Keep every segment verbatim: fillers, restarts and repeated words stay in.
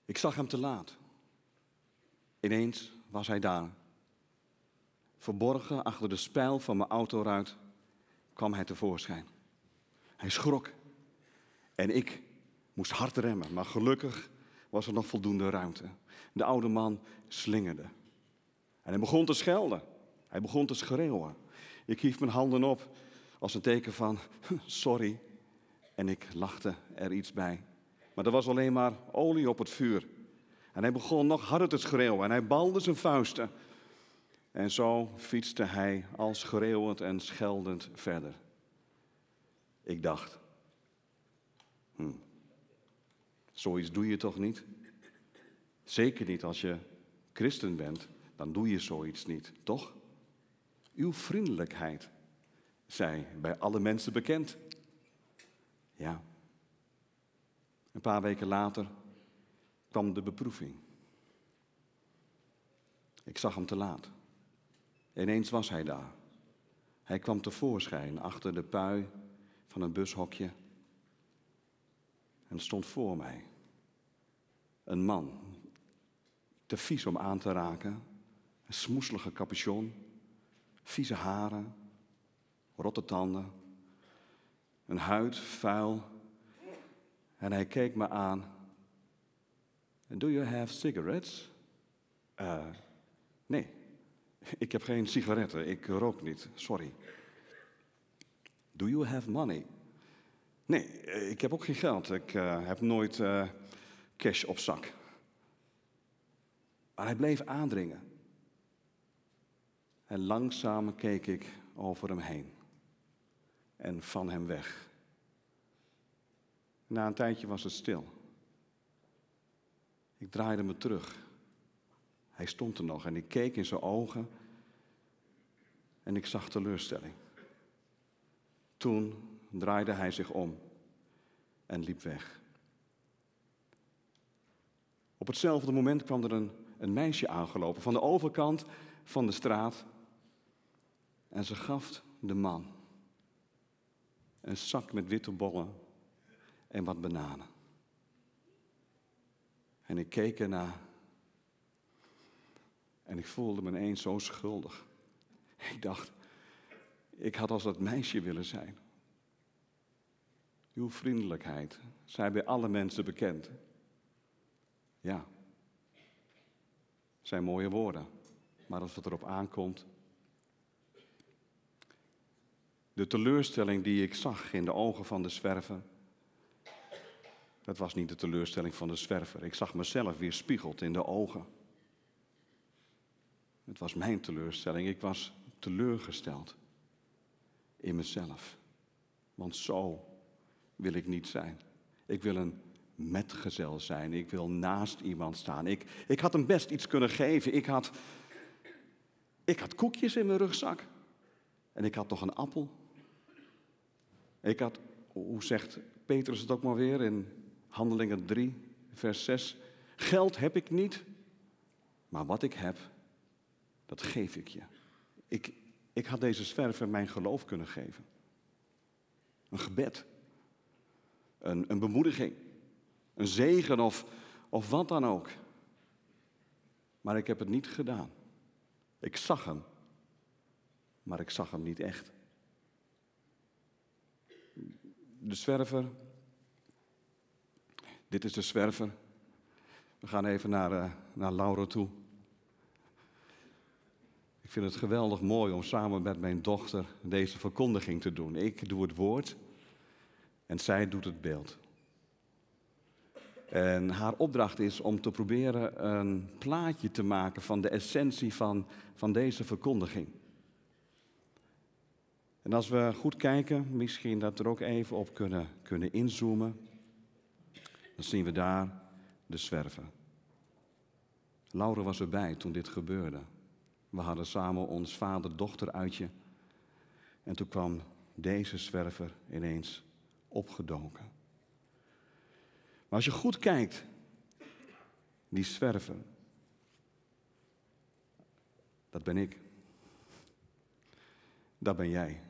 Ik zag hem te laat. Ineens was hij daar. Verborgen achter de spijl van mijn autoruit kwam hij tevoorschijn. Hij schrok. En ik moest hard remmen, maar gelukkig was er nog voldoende ruimte. De oude man slingerde. En hij begon te schelden. Hij begon te schreeuwen. Ik hief mijn handen op als een teken van sorry. En ik lachte er iets bij. Maar er was alleen maar olie op het vuur. En hij begon nog harder te schreeuwen en hij balde zijn vuisten. En zo fietste hij al schreeuwend en scheldend verder. Ik dacht, hm, zoiets doe je toch niet? Zeker niet als je christen bent, dan doe je zoiets niet, toch? Uw vriendelijkheid, zij bij alle mensen bekend. Ja. Een paar weken later kwam de beproeving. Ik zag hem te laat. Ineens was hij daar. Hij kwam tevoorschijn achter de pui van een bushokje en stond voor mij. Een man, te vies om aan te raken, een smoeselige capuchon, vieze haren, rotte tanden, een huid vuil. En hij keek me aan. Do you have cigarettes? Uh, nee, ik heb geen sigaretten, ik rook niet, sorry. Do you have money? Nee, ik heb ook geen geld, ik uh, heb nooit uh, cash op zak. Maar hij bleef aandringen. En langzaam keek ik over hem heen. En van hem weg. Na een tijdje was het stil. Ik draaide me terug. Hij stond er nog en ik keek in zijn ogen. En ik zag teleurstelling. Toen draaide hij zich om en liep weg. Op hetzelfde moment kwam er een, een meisje aangelopen van de overkant van de straat. En ze gaf de man een zak met witte bollen en wat bananen. En ik keek ernaar en ik voelde me ineens zo schuldig. Ik dacht, ik had als dat meisje willen zijn. Uw vriendelijkheid, zij bij alle mensen bekend. Ja, zijn mooie woorden, maar als het erop aankomt. De teleurstelling die ik zag in de ogen van de zwerver, dat was niet de teleurstelling van de zwerver. Ik zag mezelf weerspiegeld in de ogen. Het was mijn teleurstelling. Ik was teleurgesteld in mezelf. Want zo wil ik niet zijn. Ik wil een metgezel zijn. Ik wil naast iemand staan. Ik, ik had hem best iets kunnen geven. Ik had, ik had koekjes in mijn rugzak. En ik had nog een appel. Ik had, hoe zegt Petrus het ook maar weer in Handelingen drie, vers zes. Geld heb ik niet, maar wat ik heb, dat geef ik je. Ik, ik had deze zwerver mijn geloof kunnen geven. Een gebed. Een, een bemoediging. Een zegen of, of wat dan ook. Maar ik heb het niet gedaan. Ik zag hem, maar ik zag hem niet echt. De zwerver. Dit is de zwerver. We gaan even naar, uh, naar Laura toe. Ik vind het geweldig mooi om samen met mijn dochter deze verkondiging te doen. Ik doe het woord en zij doet het beeld. En haar opdracht is om te proberen een plaatje te maken van de essentie van, van deze verkondiging. En als we goed kijken, misschien dat we er ook even op kunnen, kunnen inzoomen, dan zien we daar de zwerver. Laura was erbij toen dit gebeurde. We hadden samen ons vader-dochter-uitje. En toen kwam deze zwerver ineens opgedoken. Maar als je goed kijkt, die zwerver, dat ben ik. Dat ben jij.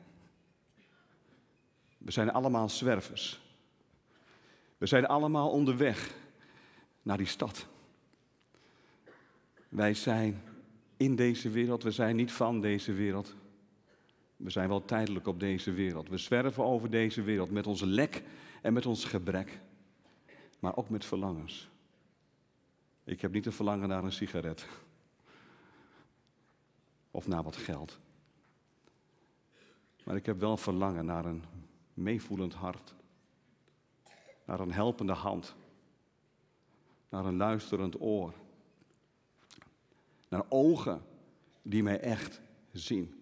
We zijn allemaal zwervers. We zijn allemaal onderweg naar die stad. Wij zijn in deze wereld, we zijn niet van deze wereld. We zijn wel tijdelijk op deze wereld. We zwerven over deze wereld met ons lek en met ons gebrek. Maar ook met verlangens. Ik heb niet een verlangen naar een sigaret. Of naar wat geld. Maar ik heb wel verlangen naar een meevoelend hart. Naar een helpende hand. Naar een luisterend oor. Naar ogen die mij echt zien.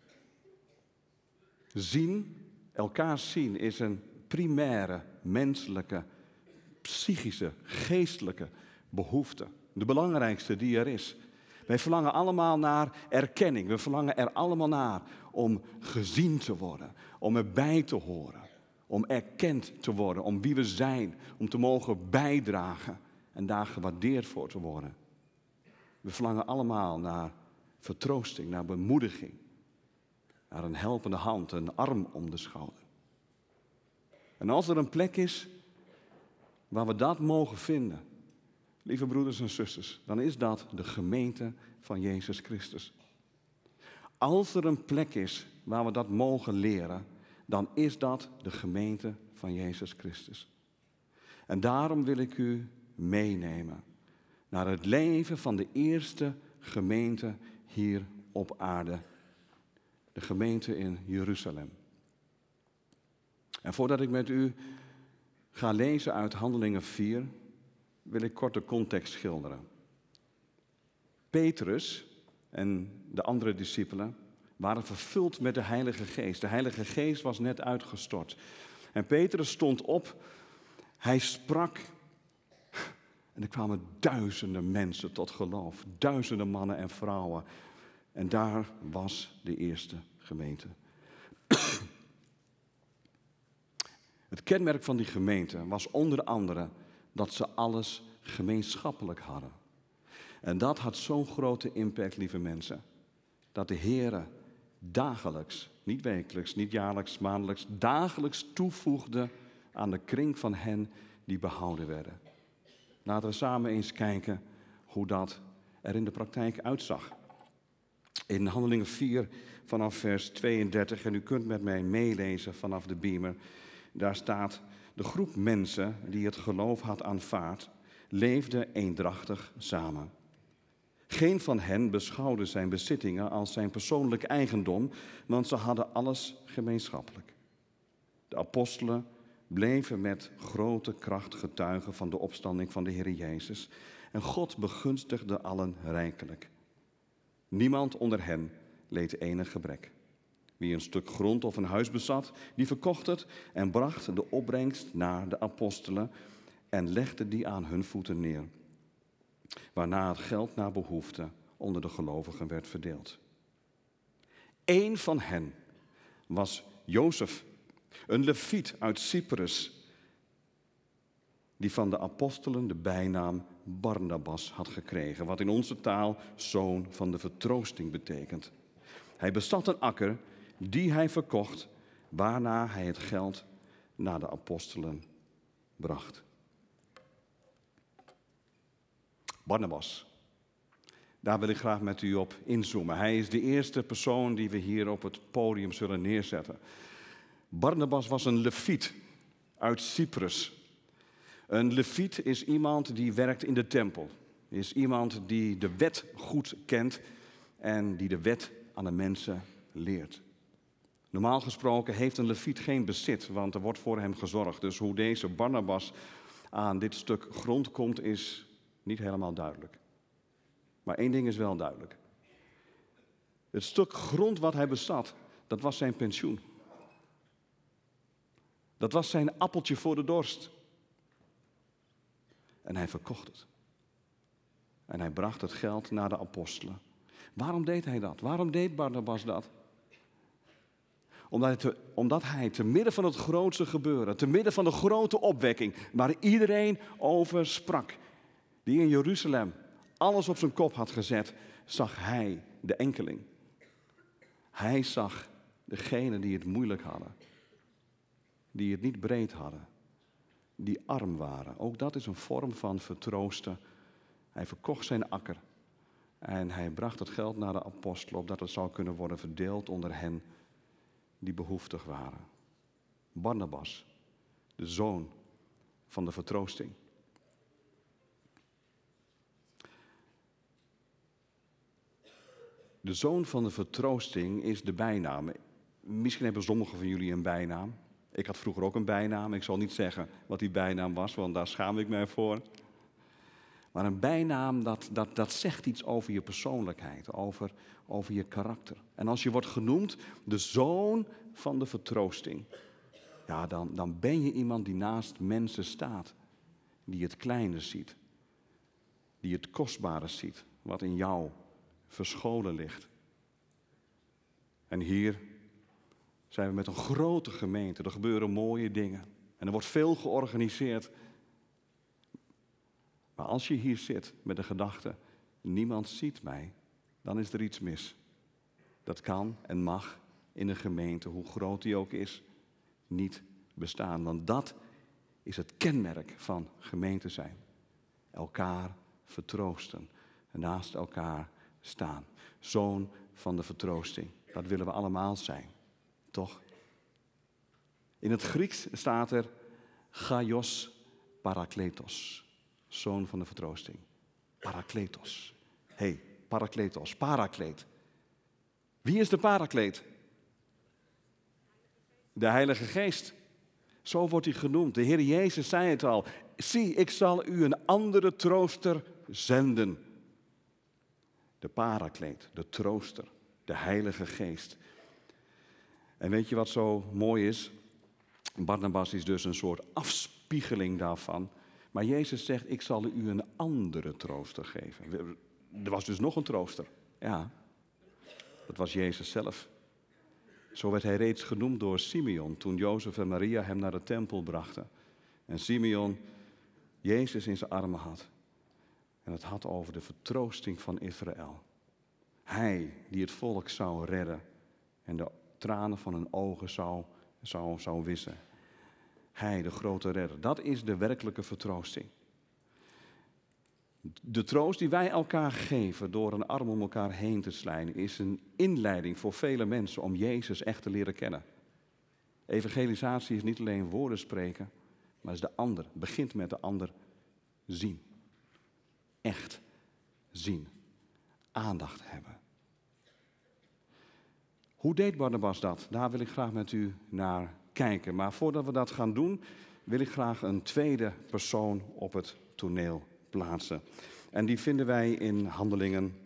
Zien, elkaar zien, is een primaire, menselijke, psychische, geestelijke behoefte. De belangrijkste die er is. Wij verlangen allemaal naar erkenning. We verlangen er allemaal naar om gezien te worden. Om erbij te horen. Om erkend te worden. Om wie we zijn. Om te mogen bijdragen. En daar gewaardeerd voor te worden. We verlangen allemaal naar vertroosting, naar bemoediging. Naar een helpende hand, een arm om de schouder. En als er een plek is waar we dat mogen vinden, lieve broeders en zusters, dan is dat de gemeente van Jezus Christus. Als er een plek is waar we dat mogen leren, dan is dat de gemeente van Jezus Christus. En daarom wil ik u meenemen naar het leven van de eerste gemeente hier op aarde. De gemeente in Jeruzalem. En voordat ik met u ga lezen uit Handelingen vier, wil ik kort de context schilderen. Petrus en de andere discipelen waren vervuld met de Heilige Geest. De Heilige Geest was net uitgestort. En Petrus stond op, hij sprak en er kwamen duizenden mensen tot geloof. Duizenden mannen en vrouwen. En daar was de eerste gemeente. Het kenmerk van die gemeente was onder andere dat ze alles gemeenschappelijk hadden. En dat had zo'n grote impact, lieve mensen, dat de Heere dagelijks, niet wekelijks, niet jaarlijks, maandelijks, dagelijks toevoegde aan de kring van hen die behouden werden. Laten we samen eens kijken hoe dat er in de praktijk uitzag. In Handelingen vier vanaf vers tweeëndertig, en u kunt met mij meelezen vanaf de beamer. Daar staat, de groep mensen die het geloof had aanvaard, leefde eendrachtig samen. Geen van hen beschouwde zijn bezittingen als zijn persoonlijk eigendom, want ze hadden alles gemeenschappelijk. De apostelen bleven met grote kracht getuigen van de opstanding van de Heer Jezus. En God begunstigde allen rijkelijk. Niemand onder hen leed enig gebrek. Wie een stuk grond of een huis bezat, die verkocht het en bracht de opbrengst naar de apostelen en legde die aan hun voeten neer. Waarna het geld naar behoefte onder de gelovigen werd verdeeld. Eén van hen was Jozef, een leviet uit Cyprus, die van de apostelen de bijnaam Barnabas had gekregen, wat in onze taal zoon van de vertroosting betekent. Hij bezat een akker die hij verkocht, waarna hij het geld naar de apostelen bracht. Barnabas, daar wil ik graag met u op inzoomen. Hij is de eerste persoon die we hier op het podium zullen neerzetten. Barnabas was een leviet uit Cyprus. Een leviet is iemand die werkt in de tempel. Is iemand die de wet goed kent en die de wet aan de mensen leert. Normaal gesproken heeft een leviet geen bezit, want er wordt voor hem gezorgd. Dus hoe deze Barnabas aan dit stuk grond komt, is niet helemaal duidelijk. Maar één ding is wel duidelijk. Het stuk grond wat hij bezat, dat was zijn pensioen. Dat was zijn appeltje voor de dorst. En hij verkocht het. En hij bracht het geld naar de apostelen. Waarom deed hij dat? Waarom deed Barnabas dat? Omdat hij, te, omdat hij te midden van het grootste gebeuren, te midden van de grote opwekking, waar iedereen over sprak, die in Jeruzalem alles op zijn kop had gezet, zag hij de enkeling. Hij zag degenen die het moeilijk hadden. Die het niet breed hadden. die arm waren. Ook dat is een vorm van vertroosten. Hij verkocht zijn akker en hij bracht het geld naar de apostelen, opdat het zou kunnen worden verdeeld onder hen die behoeftig waren. Barnabas, de zoon van de vertroosting. De zoon van de vertroosting is de bijnaam. Misschien hebben sommigen van jullie een bijnaam. Ik had vroeger ook een bijnaam. Ik zal niet zeggen wat die bijnaam was, want daar schaam ik mij voor. Maar een bijnaam, dat, dat, dat zegt iets over je persoonlijkheid, over, over je karakter. En als je wordt genoemd de zoon van de vertroosting, ja, dan, dan ben je iemand die naast mensen staat. Die het kleine ziet. Die het kostbare ziet, wat in jou verscholen ligt. En hier zijn we met een grote gemeente. Er gebeuren mooie dingen. En er wordt veel georganiseerd. Maar als je hier zit met de gedachte, niemand ziet mij, dan is er iets mis. Dat kan en mag in een gemeente, hoe groot die ook is, niet bestaan. Want dat is het kenmerk van gemeente zijn. Elkaar vertroosten en naast elkaar staan. Zoon van de vertroosting. Dat willen we allemaal zijn, toch? In het Grieks staat er Gaios Parakletos. Zoon van de vertroosting. Parakletos. Hé, hey, Parakletos, Parakleet. Wie is de Parakleet? De Heilige Geest. Zo wordt hij genoemd. De Heer Jezus zei het al. Zie, ik zal u een andere trooster zenden. De Parakleet, de trooster, de Heilige Geest. En weet je wat zo mooi is? Barnabas is dus een soort afspiegeling daarvan. Maar Jezus zegt, ik zal u een andere trooster geven. Er was dus nog een trooster. Ja, dat was Jezus zelf. Zo werd hij reeds genoemd door Simeon toen Jozef en Maria hem naar de tempel brachten. En Simeon Jezus in zijn armen had. En het had over de vertroosting van Israël. Hij die het volk zou redden en de tranen van hun ogen zou, zou, zou wissen. Hij, de grote redder. Dat is de werkelijke vertroosting. De troost die wij elkaar geven door een arm om elkaar heen te slijnen, is een inleiding voor vele mensen om Jezus echt te leren kennen. Evangelisatie is niet alleen woorden spreken, maar is de ander. Het begint met de ander zien. Echt zien. Aandacht hebben. Hoe deed Barnabas dat? Daar wil ik graag met u naar kijken. Maar voordat we dat gaan doen, wil ik graag een tweede persoon op het toneel plaatsen. En die vinden wij in Handelingen,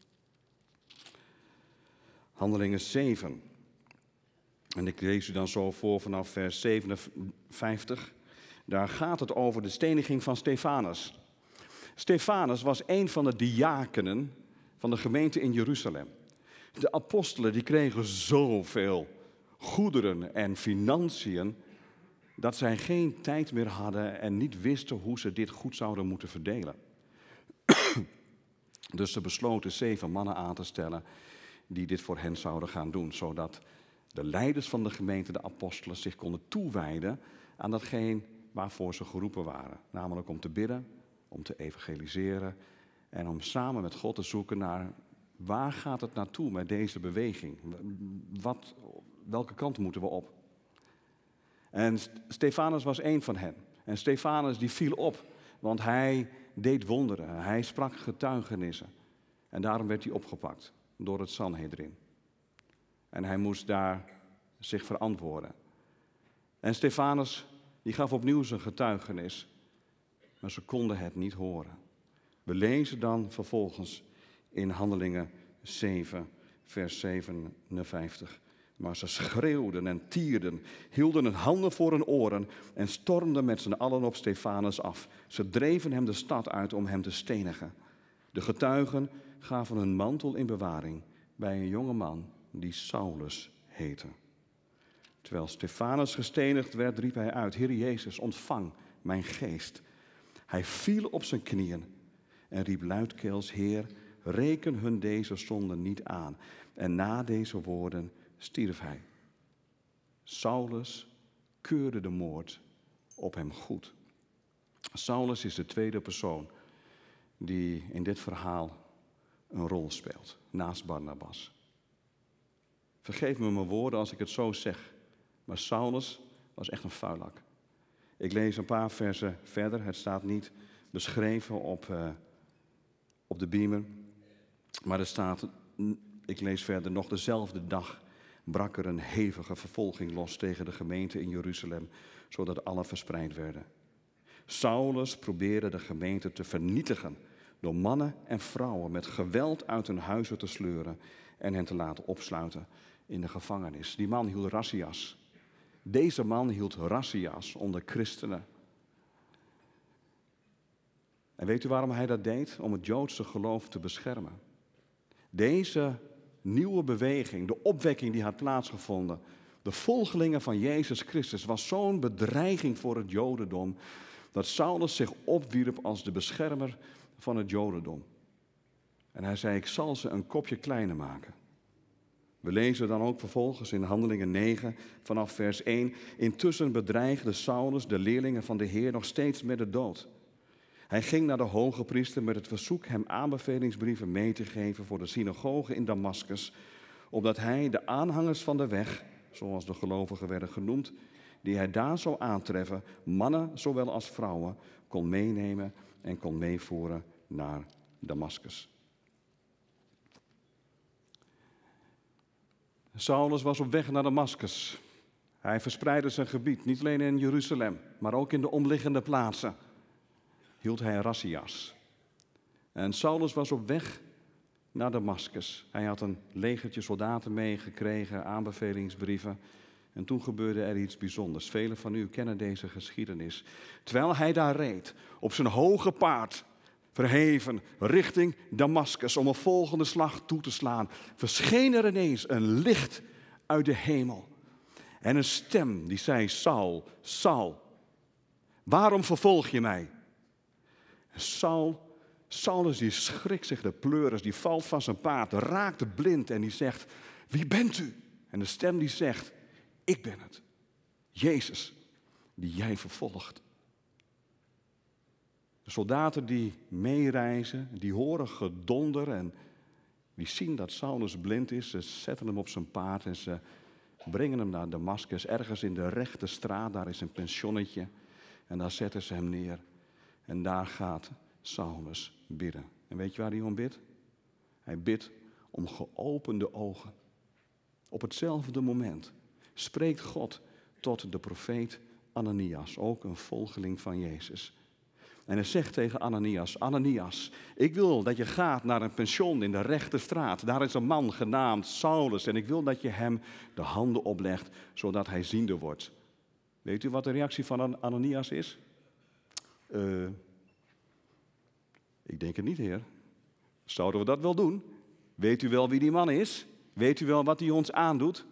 Handelingen zeven. En ik lees u dan zo voor vanaf vers zevenenvijftig. Daar gaat het over de steniging van Stefanus. Stefanus was een van de diakenen van de gemeente in Jeruzalem. De apostelen die kregen zoveel goederen en financiën dat zij geen tijd meer hadden en niet wisten hoe ze dit goed zouden moeten verdelen. Dus ze besloten zeven mannen aan te stellen die dit voor hen zouden gaan doen, zodat de leiders van de gemeente, de apostelen, zich konden toewijden aan datgene waarvoor ze geroepen waren. Namelijk om te bidden, om te evangeliseren en om samen met God te zoeken naar waar gaat het naartoe met deze beweging? Wat, welke kant moeten we op? En Stefanus was één van hen. En Stefanus die viel op, want hij deed wonderen. Hij sprak getuigenissen. En daarom werd hij opgepakt door het Sanhedrin. En hij moest daar zich verantwoorden. En Stefanus die gaf opnieuw zijn getuigenis. Maar ze konden het niet horen. We lezen dan vervolgens in Handelingen zeven, vers zevenenvijftig. Maar ze schreeuwden en tierden, hielden hun handen voor hun oren en stormden met z'n allen op Stefanus af. Ze dreven hem de stad uit om hem te stenigen. De getuigen gaven hun mantel in bewaring bij een jonge man die Saulus heette. Terwijl Stefanus gestenigd werd, riep hij uit: Heer Jezus, ontvang mijn geest. Hij viel op zijn knieën en riep luidkeels: Heer, reken hun deze zonde niet aan. En na deze woorden stierf hij. Saulus keurde de moord op hem goed. Saulus is de tweede persoon die in dit verhaal een rol speelt, naast Barnabas. Vergeef me mijn woorden als ik het zo zeg, maar Saulus was echt een vuilak. Ik lees een paar versen verder, het staat niet beschreven op, uh, op de beamer, maar er staat, ik lees verder, nog dezelfde dag brak er een hevige vervolging los tegen de gemeente in Jeruzalem, zodat alle verspreid werden. Saulus probeerde de gemeente te vernietigen door mannen en vrouwen met geweld uit hun huizen te sleuren en hen te laten opsluiten in de gevangenis. Die man hield razzia's. Deze man hield razzia's onder christenen. En weet u waarom hij dat deed? Om het Joodse geloof te beschermen. Deze nieuwe beweging, de opwekking die had plaatsgevonden, de volgelingen van Jezus Christus, was zo'n bedreiging voor het Jodendom, dat Saulus zich opwierp als de beschermer van het Jodendom. En hij zei, ik zal ze een kopje kleiner maken. We lezen dan ook vervolgens in Handelingen negen vanaf vers één. Intussen bedreigde Saulus de leerlingen van de Heer nog steeds met de dood. Hij ging naar de hoge priester met het verzoek hem aanbevelingsbrieven mee te geven voor de synagoge in Damascus, opdat hij de aanhangers van de weg, zoals de gelovigen werden genoemd, die hij daar zou aantreffen, mannen zowel als vrouwen, kon meenemen en kon meevoeren naar Damascus. Saulus was op weg naar Damascus. Hij verspreidde zijn gebied, niet alleen in Jeruzalem, maar ook in de omliggende plaatsen. Hield hij razzia's. En Saulus was op weg naar Damascus. Hij had een legertje soldaten meegekregen, aanbevelingsbrieven. En toen gebeurde er iets bijzonders. Velen van u kennen deze geschiedenis. Terwijl hij daar reed, op zijn hoge paard, verheven, richting Damascus, om een volgende slag toe te slaan, verscheen er ineens een licht uit de hemel. En een stem die zei, Saul, Saul, waarom vervolg je mij? En Saul, Saulus die schrikt zich de pleuris, die valt van zijn paard, raakt blind en die zegt, wie bent u? En de stem die zegt, ik ben het, Jezus, die jij vervolgt. De soldaten die meereizen, die horen gedonder en die zien dat Saulus blind is. Ze zetten hem op zijn paard en ze brengen hem naar Damascus. Ergens in de rechte straat, daar is een pensionnetje. En daar zetten ze hem neer. En daar gaat Saulus bidden. En weet je waar hij om bidt? Hij bidt om geopende ogen. Op hetzelfde moment spreekt God tot de profeet Ananias, ook een volgeling van Jezus. En hij zegt tegen Ananias, Ananias, ik wil dat je gaat naar een pension in de rechte straat. Daar is een man genaamd Saulus en ik wil dat je hem de handen oplegt, zodat hij ziende wordt. Weet u wat de reactie van Ananias is? Uh, ik denk het niet, heer. Zouden we dat wel doen? Weet u wel wie die man is? Weet u wel wat hij ons aandoet?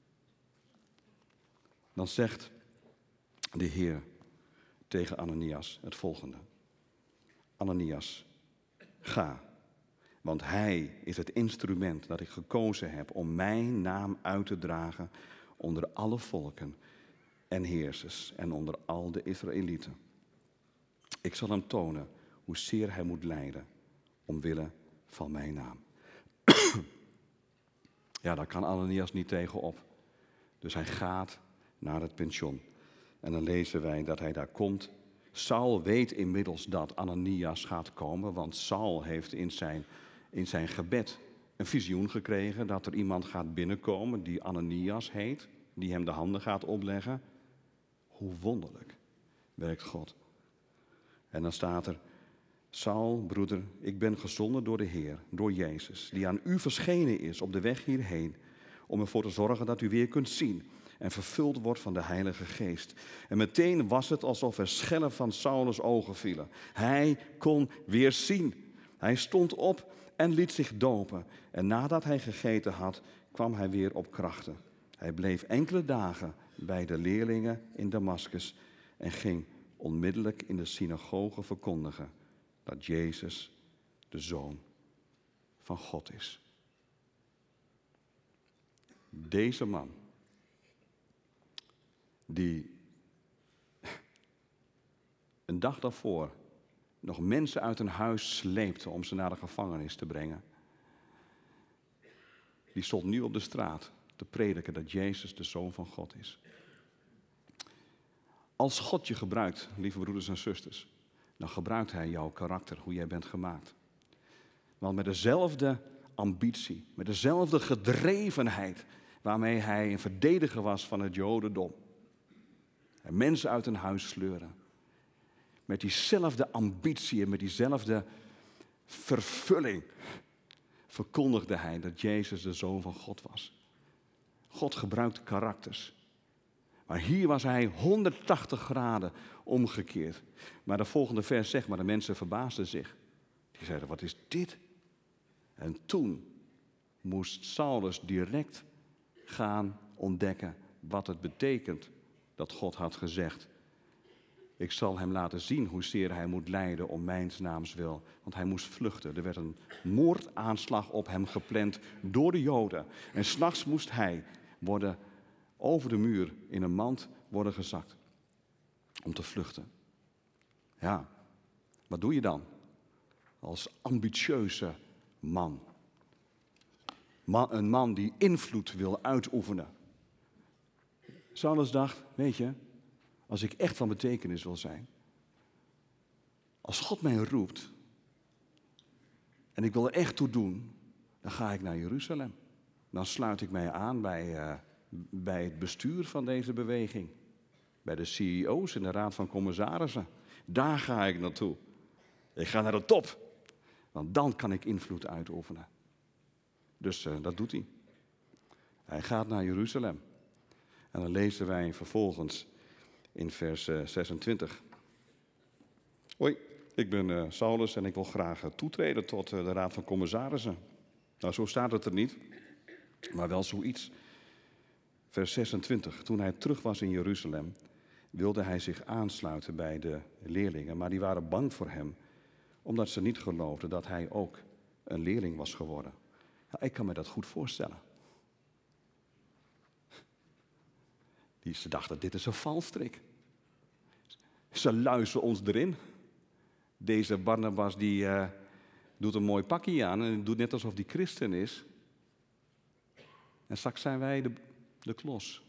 Dan zegt de Heer tegen Ananias het volgende. Ananias, ga, want hij is het instrument dat ik gekozen heb om mijn naam uit te dragen onder alle volken en heersers en onder al de Israëlieten. Ik zal hem tonen hoe zeer hij moet lijden omwille van mijn naam. Ja, daar kan Ananias niet tegenop. Dus hij gaat naar het pension. En dan lezen wij dat hij daar komt. Saul weet inmiddels dat Ananias gaat komen, want Saul heeft in zijn, in zijn gebed een visioen gekregen dat er iemand gaat binnenkomen die Ananias heet, die hem de handen gaat opleggen. Hoe wonderlijk werkt God. En dan staat er, Saul, broeder, ik ben gezonden door de Heer, door Jezus, die aan u verschenen is op de weg hierheen, om ervoor te zorgen dat u weer kunt zien en vervuld wordt van de Heilige Geest. En meteen was het alsof er schellen van Saulus ogen vielen. Hij kon weer zien. Hij stond op en liet zich dopen. En nadat hij gegeten had, kwam hij weer op krachten. Hij bleef enkele dagen bij de leerlingen in Damascus en ging onmiddellijk in de synagoge verkondigen dat Jezus de Zoon van God is. Deze man, die een dag daarvoor nog mensen uit een huis sleepte om ze naar de gevangenis te brengen, die stond nu op de straat te prediken dat Jezus de Zoon van God is. Als God je gebruikt, lieve broeders en zusters, dan gebruikt Hij jouw karakter, hoe jij bent gemaakt. Want met dezelfde ambitie, met dezelfde gedrevenheid waarmee Hij een verdediger was van het Jodendom, en mensen uit een huis sleuren, met diezelfde ambitie en met diezelfde vervulling verkondigde Hij dat Jezus de Zoon van God was. God gebruikt karakters. Maar hier was Hij honderdtachtig graden omgekeerd. Maar de volgende vers zegt, maar de mensen verbaasden zich. Die zeiden, wat is dit? En toen moest Saulus direct gaan ontdekken wat het betekent dat God had gezegd. Ik zal hem laten zien hoezeer hij moet lijden om mijns naams wil. Want hij moest vluchten. Er werd een moordaanslag op hem gepland door de Joden. En 's nachts moest hij worden over de muur in een mand worden gezakt. Om te vluchten. Ja, wat doe je dan? Als ambitieuze man. man een man die invloed wil uitoefenen. Saulus dacht, weet je, als ik echt van betekenis wil zijn, als God mij roept en ik wil er echt toe doen, dan ga ik naar Jeruzalem. Dan sluit ik mij aan bij, uh, bij het bestuur van deze beweging. Bij de C E O's en de raad van commissarissen. Daar ga ik naartoe. Ik ga naar de top. Want dan kan ik invloed uitoefenen. Dus uh, dat doet hij. Hij gaat naar Jeruzalem. En dan lezen wij vervolgens in vers uh, zesentwintig. Hoi, ik ben uh, Saulus en ik wil graag uh, toetreden tot uh, de raad van commissarissen. Nou, zo staat het er niet, maar wel zoiets. Vers zesentwintig. Toen hij terug was in Jeruzalem, wilde hij zich aansluiten bij de leerlingen. Maar die waren bang voor hem, omdat ze niet geloofden dat hij ook een leerling was geworden. Ja, ik kan me dat goed voorstellen. Die, ze dachten, dit is een valstrik. Ze luisteren ons erin. Deze Barnabas die uh, doet een mooi pakje aan en doet net alsof hij christen is. En straks zijn wij de, de klos.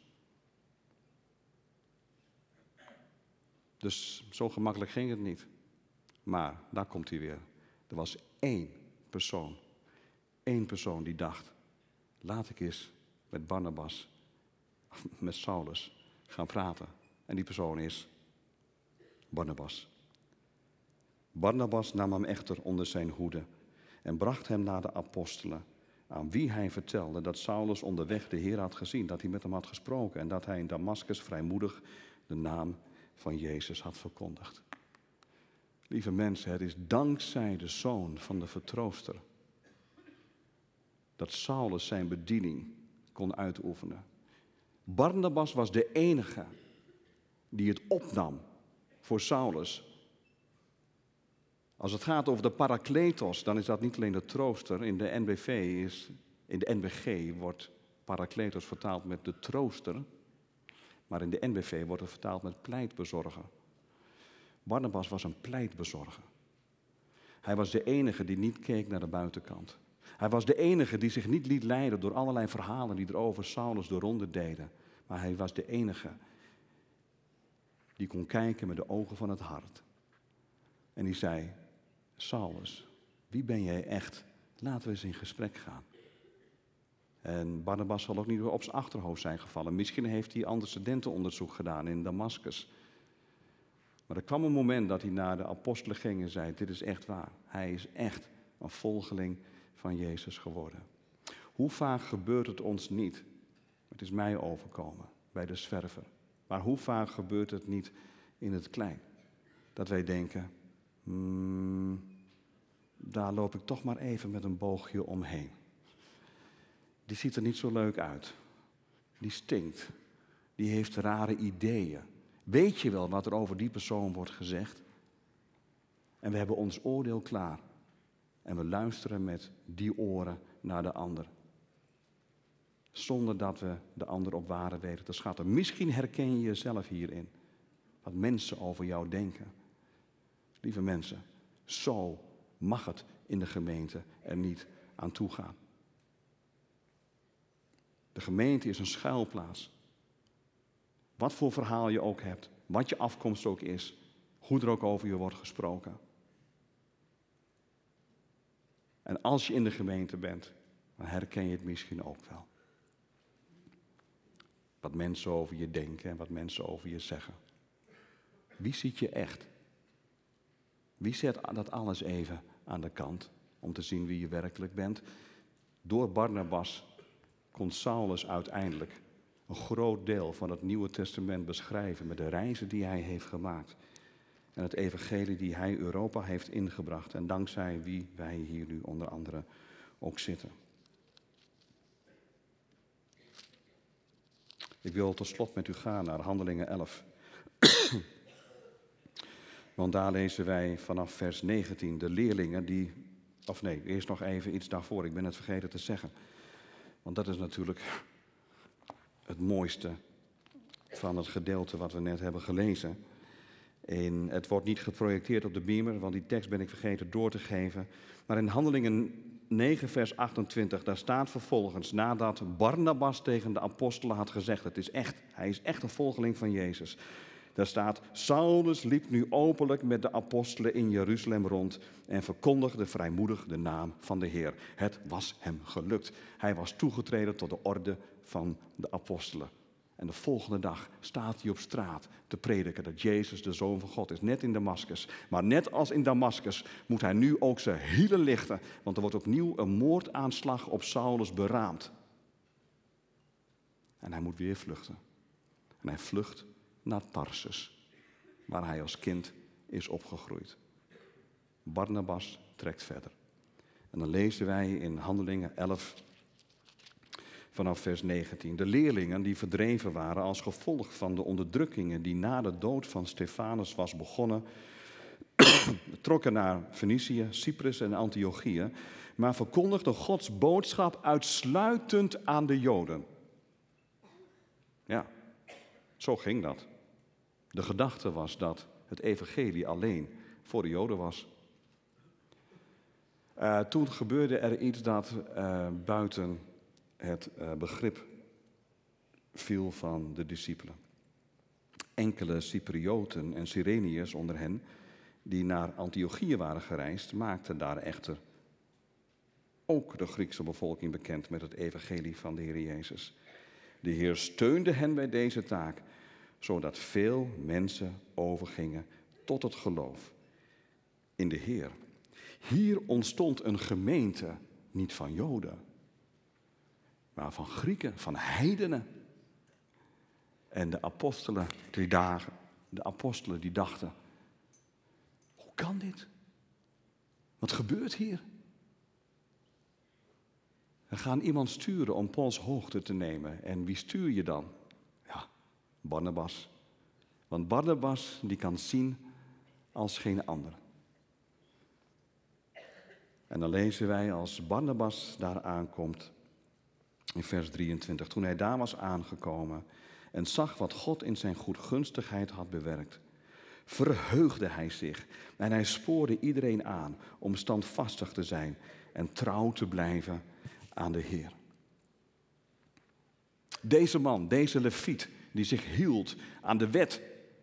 Dus zo gemakkelijk ging het niet. Maar daar komt hij weer. Er was één persoon. Eén persoon die dacht, laat ik eens met Barnabas, met Saulus gaan praten. En die persoon is Barnabas. Barnabas nam hem echter onder zijn hoede en bracht hem naar de apostelen, aan wie hij vertelde dat Saulus onderweg de Heer had gezien, dat hij met hem had gesproken en dat hij in Damaskus vrijmoedig de naam van Jezus had verkondigd. Lieve mensen, het is dankzij de zoon van de vertrooster dat Saulus zijn bediening kon uitoefenen. Barnabas was de enige die het opnam voor Saulus. Als het gaat over de parakletos, dan is dat niet alleen de trooster. In de N B V is, in de N B G wordt parakletos vertaald met de trooster. Maar in de N B V wordt het vertaald met pleitbezorger. Barnabas was een pleitbezorger. Hij was de enige die niet keek naar de buitenkant. Hij was de enige die zich niet liet leiden door allerlei verhalen die er over Saulus de ronde deden. Maar hij was de enige die kon kijken met de ogen van het hart. En die zei, Saulus, wie ben jij echt? Laten we eens in gesprek gaan. En Barnabas zal ook niet op zijn achterhoofd zijn gevallen. Misschien heeft hij antecedentenonderzoek gedaan in Damaskus. Maar er kwam een moment dat hij naar de apostelen ging en zei, dit is echt waar. Hij is echt een volgeling van Jezus geworden. Hoe vaak gebeurt het ons niet? Het is mij overkomen bij de zwerver. Maar hoe vaak gebeurt het niet in het klein? Dat wij denken, hmm, daar loop ik toch maar even met een boogje omheen. Die ziet er niet zo leuk uit. Die stinkt. Die heeft rare ideeën. Weet je wel wat er over die persoon wordt gezegd? En we hebben ons oordeel klaar. En we luisteren met die oren naar de ander. Zonder dat we de ander op waarde weten te schatten. Misschien herken je jezelf hierin. Wat mensen over jou denken. Lieve mensen, zo mag het in de gemeente er niet aan toe gaan. De gemeente is een schuilplaats. Wat voor verhaal je ook hebt, wat je afkomst ook is, hoe er ook over je wordt gesproken. En als je in de gemeente bent, dan herken je het misschien ook wel. Wat mensen over je denken en wat mensen over je zeggen. Wie ziet je echt? Wie zet dat alles even aan de kant om te zien wie je werkelijk bent? Door Barnabas kon Saulus uiteindelijk een groot deel van het Nieuwe Testament beschrijven met de reizen die hij heeft gemaakt. En het evangelie die hij Europa heeft ingebracht. En dankzij wie wij hier nu onder andere ook zitten. Ik wil tot slot met u gaan naar Handelingen elf. Want daar lezen wij vanaf vers negentien. De leerlingen die... Of nee, eerst nog even iets daarvoor. Ik ben het vergeten te zeggen. Want dat is natuurlijk het mooiste van het gedeelte wat we net hebben gelezen. En het wordt niet geprojecteerd op de beamer, want die tekst ben ik vergeten door te geven. Maar in Handelingen negen vers achtentwintig, daar staat vervolgens, nadat Barnabas tegen de apostelen had gezegd, het is echt, hij is echt een volgeling van Jezus. Daar staat, Saulus liep nu openlijk met de apostelen in Jeruzalem rond en verkondigde vrijmoedig de naam van de Heer. Het was hem gelukt. Hij was toegetreden tot de orde van de apostelen. En de volgende dag staat hij op straat te prediken dat Jezus de Zoon van God is. Net in Damascus. Maar net als in Damascus moet hij nu ook zijn hielen lichten. Want er wordt opnieuw een moordaanslag op Saulus beraamd. En hij moet weer vluchten. En hij vlucht naar Tarsus, waar hij als kind is opgegroeid. Barnabas trekt verder. En dan lezen wij in Handelingen elf... vanaf vers negentien. De leerlingen die verdreven waren als gevolg van de onderdrukkingen die na de dood van Stefanus was begonnen, trokken naar Fenicië, Cyprus en Antiochië, maar verkondigden Gods boodschap uitsluitend aan de Joden. Ja, zo ging dat. De gedachte was dat het evangelie alleen voor de Joden was. Uh, toen gebeurde er iets dat uh, buiten het uh, begrip viel van de discipelen. Enkele Cyprioten en Cyreniërs onder hen, die naar Antiochië waren gereisd, maakten daar echter ook de Griekse bevolking bekend met het evangelie van de Heer Jezus. De Heer steunde hen bij deze taak, zodat veel mensen overgingen tot het geloof in de Heer. Hier ontstond een gemeente, niet van Joden, maar van Grieken, van heidenen. En de apostelen die dagen, de apostelen die dachten, hoe kan dit? Wat gebeurt hier? We gaan iemand sturen om Pauls hoogte te nemen. En wie stuur je dan? Ja, Barnabas. Want Barnabas die kan zien als geen ander. En dan lezen wij als Barnabas daar aankomt in vers drieëntwintig. Toen hij daar was aangekomen en zag wat God in zijn goedgunstigheid had bewerkt, verheugde hij zich en hij spoorde iedereen aan om standvastig te zijn en trouw te blijven aan de Heer. Deze man, deze leviet, die zich hield aan de wet,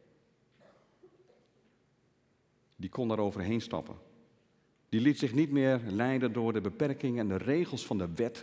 die kon daar overheen stappen. Die liet zich niet meer leiden door de beperkingen en de regels van de wet.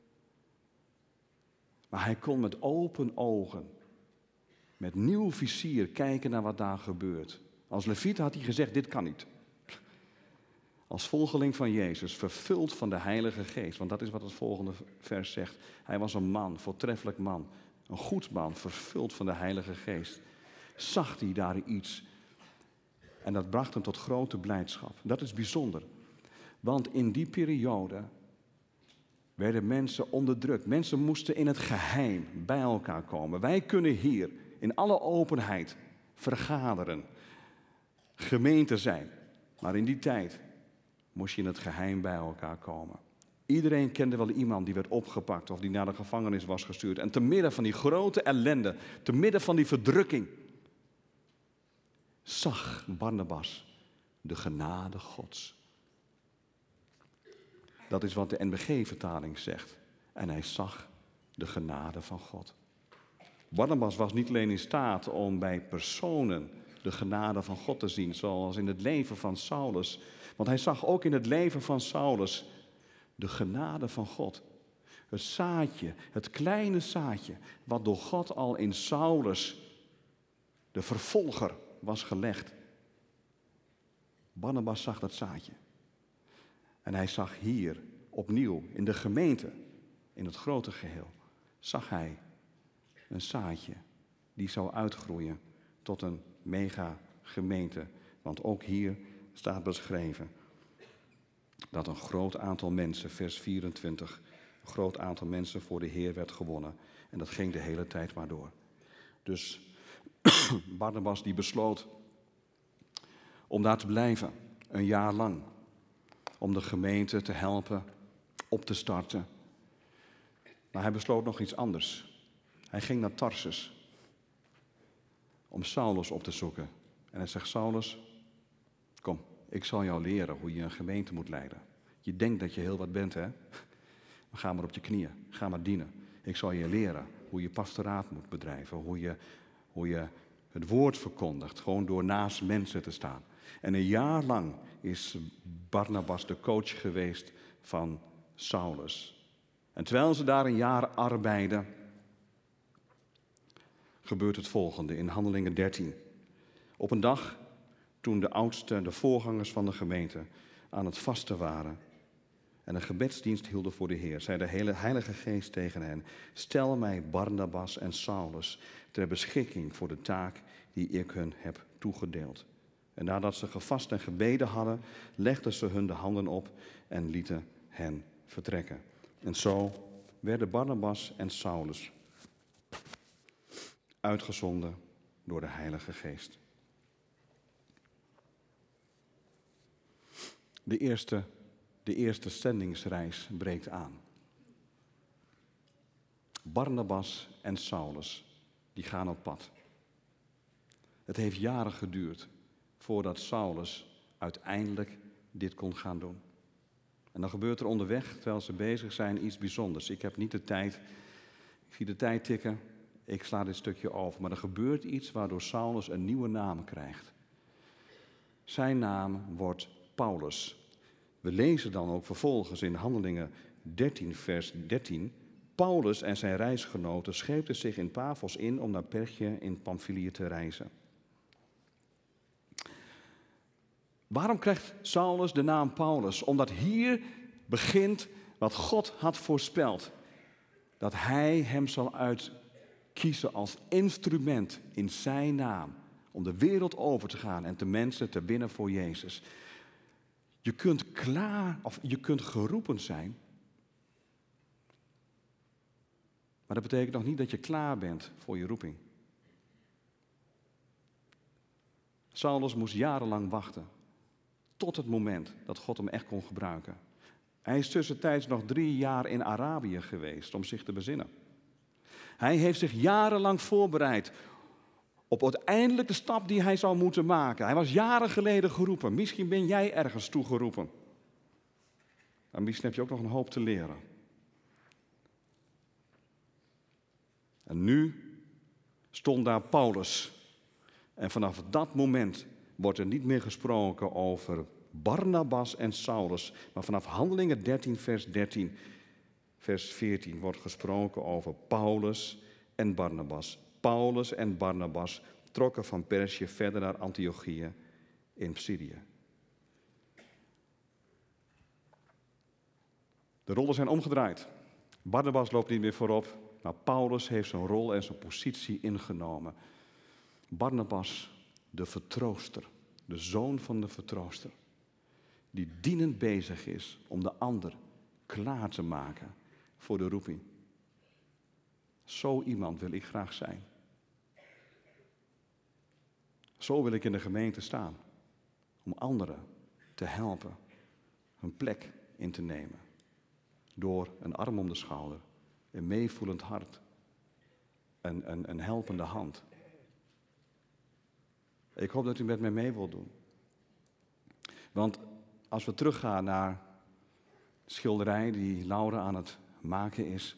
Maar hij kon met open ogen, met nieuw vizier kijken naar wat daar gebeurt. Als leviet had hij gezegd, dit kan niet. Als volgeling van Jezus, vervuld van de Heilige Geest. Want dat is wat het volgende vers zegt. Hij was een man, voortreffelijk man. Een goed man, vervuld van de Heilige Geest. Zag hij daar iets. En dat bracht hem tot grote blijdschap. Dat is bijzonder. Want in die periode werden mensen onderdrukt. Mensen moesten in het geheim bij elkaar komen. Wij kunnen hier in alle openheid vergaderen. Gemeente zijn. Maar in die tijd moest je in het geheim bij elkaar komen. Iedereen kende wel iemand die werd opgepakt of die naar de gevangenis was gestuurd. En te midden van die grote ellende, te midden van die verdrukking, zag Barnabas de genade Gods. Dat is wat de N B G-vertaling zegt. En hij zag de genade van God. Barnabas was niet alleen in staat om bij personen de genade van God te zien, zoals in het leven van Saulus. Want hij zag ook in het leven van Saulus de genade van God. Het zaadje, het kleine zaadje, wat door God al in Saulus, de vervolger, was gelegd. Barnabas zag dat zaadje. En hij zag hier opnieuw in de gemeente, in het grote geheel, zag hij een zaadje die zou uitgroeien tot een mega gemeente. Want ook hier staat beschreven dat een groot aantal mensen, vers vierentwintig, een groot aantal mensen voor de Heer werd gewonnen. En dat ging de hele tijd maar door. Dus Barnabas die besloot om daar te blijven, een jaar lang. Om de gemeente te helpen op te starten. Maar hij besloot nog iets anders. Hij ging naar Tarsus om Saulus op te zoeken. En hij zegt, Saulus, kom, ik zal jou leren hoe je een gemeente moet leiden. Je denkt dat je heel wat bent, hè? Maar ga maar op je knieën, ga maar dienen. Ik zal je leren hoe je pastoraat moet bedrijven, hoe je, hoe je het woord verkondigt, gewoon door naast mensen te staan. En een jaar lang is Barnabas de coach geweest van Saulus. En terwijl ze daar een jaar arbeiden, gebeurt het volgende in Handelingen dertien. Op een dag toen de oudsten, de voorgangers van de gemeente, aan het vasten waren en een gebedsdienst hielden voor de Heer, zei de hele Heilige Geest tegen hen, stel mij Barnabas en Saulus ter beschikking voor de taak die ik hun heb toegedeeld. En nadat ze gevast en gebeden hadden, legden ze hun de handen op en lieten hen vertrekken. En zo werden Barnabas en Saulus uitgezonden door de Heilige Geest. De eerste, de eerste zendingsreis breekt aan. Barnabas en Saulus, die gaan op pad. Het heeft jaren geduurd voordat Saulus uiteindelijk dit kon gaan doen. En dan gebeurt er onderweg, terwijl ze bezig zijn, iets bijzonders. Ik heb niet de tijd, ik zie de tijd tikken, ik sla dit stukje over. Maar er gebeurt iets waardoor Saulus een nieuwe naam krijgt. Zijn naam wordt Paulus. We lezen dan ook vervolgens in Handelingen dertien, vers dertien... Paulus en zijn reisgenoten scheepten zich in Paphos in om naar Perge in Pamphylië te reizen. Waarom krijgt Saulus de naam Paulus? Omdat hier begint wat God had voorspeld. Dat hij hem zal uitkiezen als instrument in zijn naam. Om de wereld over te gaan en de mensen te winnen voor Jezus. Je kunt klaar, of je kunt geroepen zijn. Maar dat betekent nog niet dat je klaar bent voor je roeping. Saulus moest jarenlang wachten. Tot het moment dat God hem echt kon gebruiken. Hij is tussentijds nog drie jaar in Arabië geweest om zich te bezinnen. Hij heeft zich jarenlang voorbereid op uiteindelijk de stap die hij zou moeten maken. Hij was jaren geleden geroepen. Misschien ben jij ergens toe geroepen. Maar misschien heb je ook nog een hoop te leren. En nu stond daar Paulus. En vanaf dat moment wordt er niet meer gesproken over Barnabas en Saulus. Maar vanaf Handelingen dertien, vers dertien, vers veertien wordt gesproken over Paulus en Barnabas. Paulus en Barnabas trokken van Perzië verder naar Antiochië in Pisidië. De rollen zijn omgedraaid. Barnabas loopt niet meer voorop, maar Paulus heeft zijn rol en zijn positie ingenomen. Barnabas, de vertrooster, de zoon van de vertrooster, die dienend bezig is om de ander klaar te maken voor de roeping. Zo iemand wil ik graag zijn. Zo wil ik in de gemeente staan, om anderen te helpen hun plek in te nemen. Door een arm om de schouder, een meevoelend hart, een, een, een helpende hand. Ik hoop dat u met mij mee wilt doen. Want als we teruggaan naar de schilderij die Laura aan het maken is.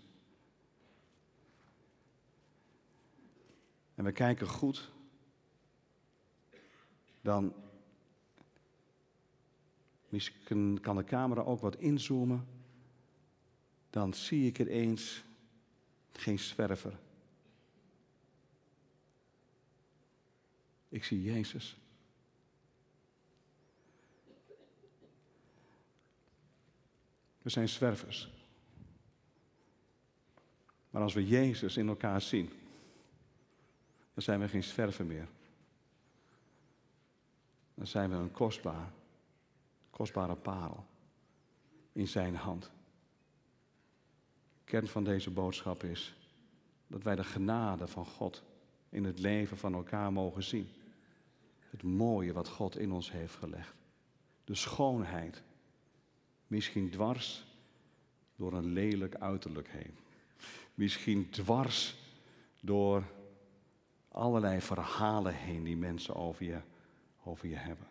En we kijken goed. Dan misschien kan de camera ook wat inzoomen. Dan zie ik ineens geen zwerver. Ik zie Jezus. We zijn zwervers. Maar als we Jezus in elkaar zien, dan zijn we geen zwerver meer. Dan zijn we een kostbaar, kostbare parel in zijn hand. De kern van deze boodschap is dat wij de genade van God in het leven van elkaar mogen zien. Het mooie wat God in ons heeft gelegd. De schoonheid. Misschien dwars door een lelijk uiterlijk heen. Misschien dwars door allerlei verhalen heen die mensen over je, over je hebben.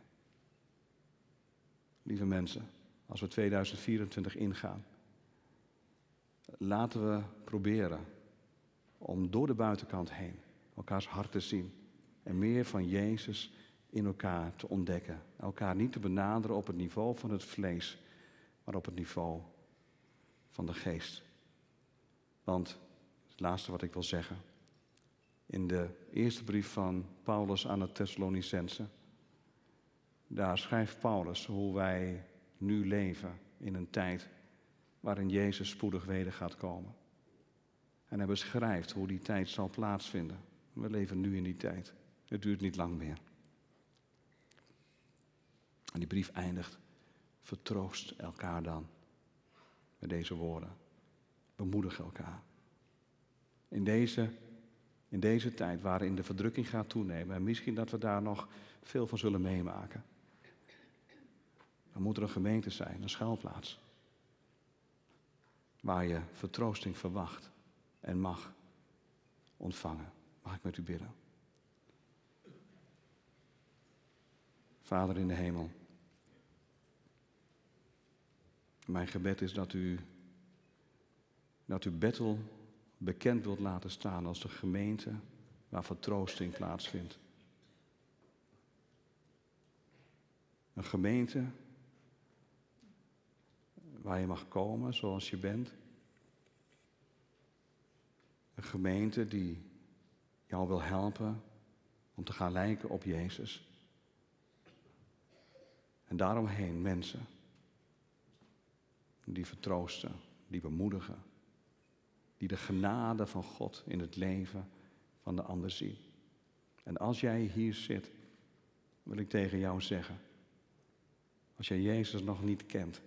Lieve mensen, als we tweeduizend vierentwintig ingaan, laten we proberen om door de buitenkant heen elkaars hart te zien en meer van Jezus in elkaar te ontdekken. Elkaar niet te benaderen op het niveau van het vlees, maar op het niveau van de geest. Want, het laatste wat ik wil zeggen, in de eerste brief van Paulus aan de Thessalonicenzen, daar schrijft Paulus hoe wij nu leven in een tijd waarin Jezus spoedig weder gaat komen. En hij beschrijft hoe die tijd zal plaatsvinden. We leven nu in die tijd. Het duurt niet lang meer. En die brief eindigt: vertroost elkaar dan met deze woorden. Bemoedig elkaar. In deze, in deze tijd waarin de verdrukking gaat toenemen, en misschien dat we daar nog veel van zullen meemaken, dan moet er een gemeente zijn, een schuilplaats, waar je vertroosting verwacht en mag ontvangen. Mag ik met u bidden? Vader in de hemel, mijn gebed is dat u, dat u Bethel bekend wilt laten staan als de gemeente waar vertroosting plaatsvindt. Een gemeente waar je mag komen zoals je bent. Een gemeente die jou wil helpen om te gaan lijken op Jezus. En daaromheen mensen die vertroosten, die bemoedigen, die de genade van God in het leven van de ander zien. En als jij hier zit, wil ik tegen jou zeggen, als jij Jezus nog niet kent,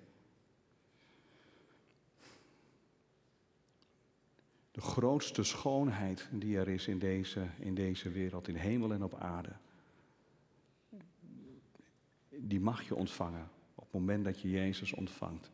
de grootste schoonheid die er is in deze, in deze wereld, in hemel en op aarde, die mag je ontvangen op het moment dat je Jezus ontvangt.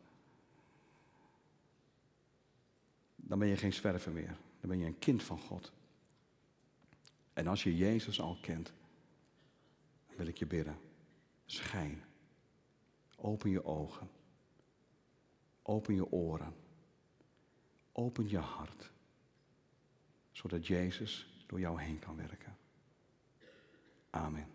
Dan ben je geen zwerver meer, dan ben je een kind van God. En als je Jezus al kent, dan wil ik je bidden, schijn, open je ogen, open je oren, open je hart, zodat Jezus door jou heen kan werken. Amen.